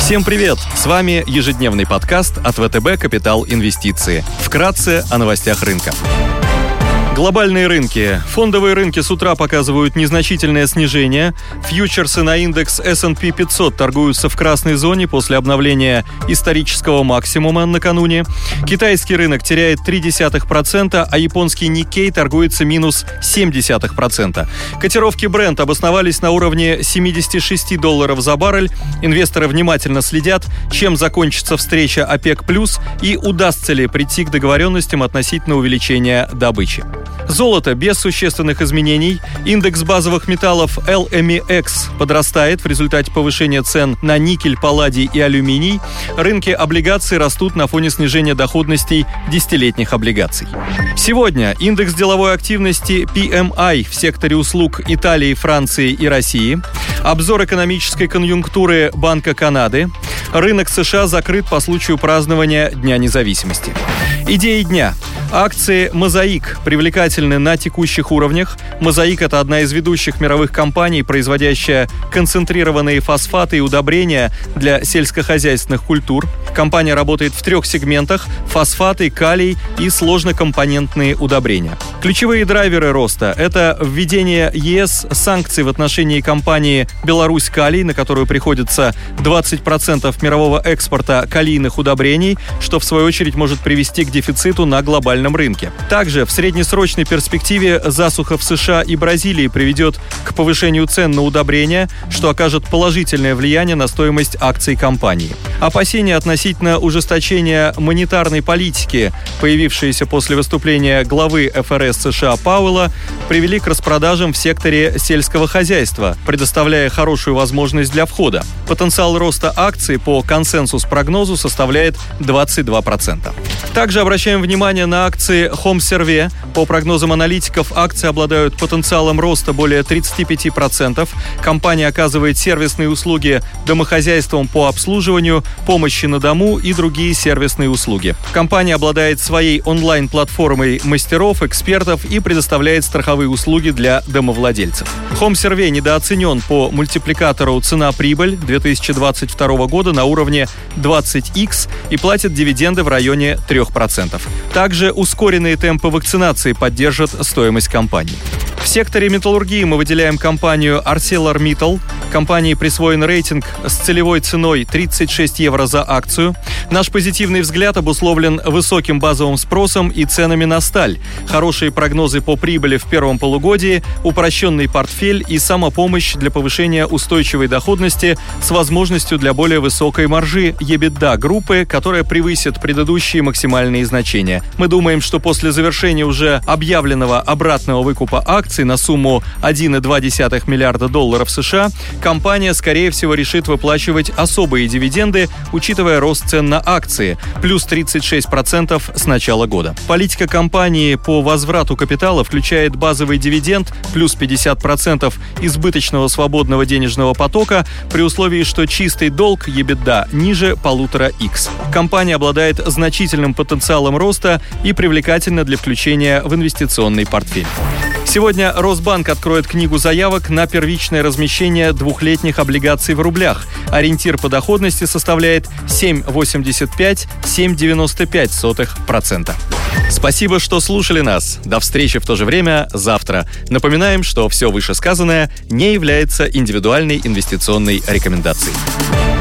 Всем привет! С вами ежедневный подкаст от ВТБ «Капитал Инвестиции». Вкратце о новостях рынка. Глобальные рынки. Фондовые рынки с утра показывают незначительное снижение. Фьючерсы на индекс S&P 500 торгуются в красной зоне после обновления исторического максимума накануне. Китайский рынок теряет 0,3%, а японский Nikkei торгуется минус 0,7%. Котировки Brent обосновались на уровне $76 за баррель. Инвесторы внимательно следят, чем закончится встреча ОПЕК+, и удастся ли прийти к договоренностям относительно увеличения добычи. Золото без существенных изменений. Индекс базовых металлов LMEX подрастает в результате повышения цен на никель, палладий и алюминий. Рынки облигаций растут на фоне снижения доходностей десятилетних облигаций. Сегодня индекс деловой активности PMI в секторе услуг Италии, Франции и России. Обзор экономической конъюнктуры Банка Канады. Рынок США закрыт по случаю празднования Дня независимости. Идеи дня. Акции «Мозаик» привлекательны на текущих уровнях. «Мозаик» — это одна из ведущих мировых компаний, производящая концентрированные фосфаты и удобрения для сельскохозяйственных культур. Компания работает в 3 сегментах – фосфаты, калий и сложнокомпонентные удобрения. Ключевые драйверы роста – это введение ЕС санкций в отношении компании «Беларусь-Калий», на которую приходится 20% мирового экспорта калийных удобрений, что в свою очередь может привести к дефициту на глобальном рынке. Также в среднесрочной перспективе засуха в США и Бразилии приведет к повышению цен на удобрения, что окажет положительное влияние на стоимость акций компании. Опасения относительно ужесточения монетарной политики, появившиеся после выступления главы ФРС США Пауэлла, привели к распродажам в секторе сельского хозяйства, предоставляя хорошую возможность для входа. Потенциал роста акций по консенсус-прогнозу составляет 22%. Также обращаем внимание на акции HomeServe. По прогнозам аналитиков, акции обладают потенциалом роста более 35%. Компания оказывает сервисные услуги домохозяйствам по обслуживанию, помощи на дому и другие сервисные услуги. Компания обладает своей онлайн-платформой мастеров, экспертов и предоставляет страховые услуги для домовладельцев. HomeServe недооценен по мультипликатору цена-прибыль 2022 года на уровне 20x и платит дивиденды в районе 3%. Также ускоренные темпы вакцинации поддержат стоимость компании. В секторе металлургии мы выделяем компанию ArcelorMittal. Компании присвоен рейтинг с целевой ценой 36 евро за акцию. Наш позитивный взгляд обусловлен высоким базовым спросом и ценами на сталь, хорошие прогнозы по прибыли в первом полугодии, упрощенный портфель и самопомощь для повышения устойчивой доходности с возможностью для более высокой маржи EBITDA группы, которая превысит предыдущие максимальные значения. Мы думаем, что после завершения уже объявленного обратного выкупа акций на сумму $1,2 миллиарда США, компания, скорее всего, решит выплачивать особые дивиденды, учитывая рост цен на акции, плюс 36% с начала года. Политика компании по возврату капитала включает базовый дивиденд, плюс 50% избыточного свободного денежного потока, при условии, что чистый долг EBITDA ниже 1,5x. Компания обладает значительным потенциалом роста и привлекательна для включения в инвестиционный портфель. Сегодня Росбанк откроет книгу заявок на первичное размещение двухлетних облигаций в рублях. Ориентир по доходности составляет 7,85-7,95%. Спасибо, что слушали нас. До встречи в то же время завтра. Напоминаем, что все вышесказанное не является индивидуальной инвестиционной рекомендацией.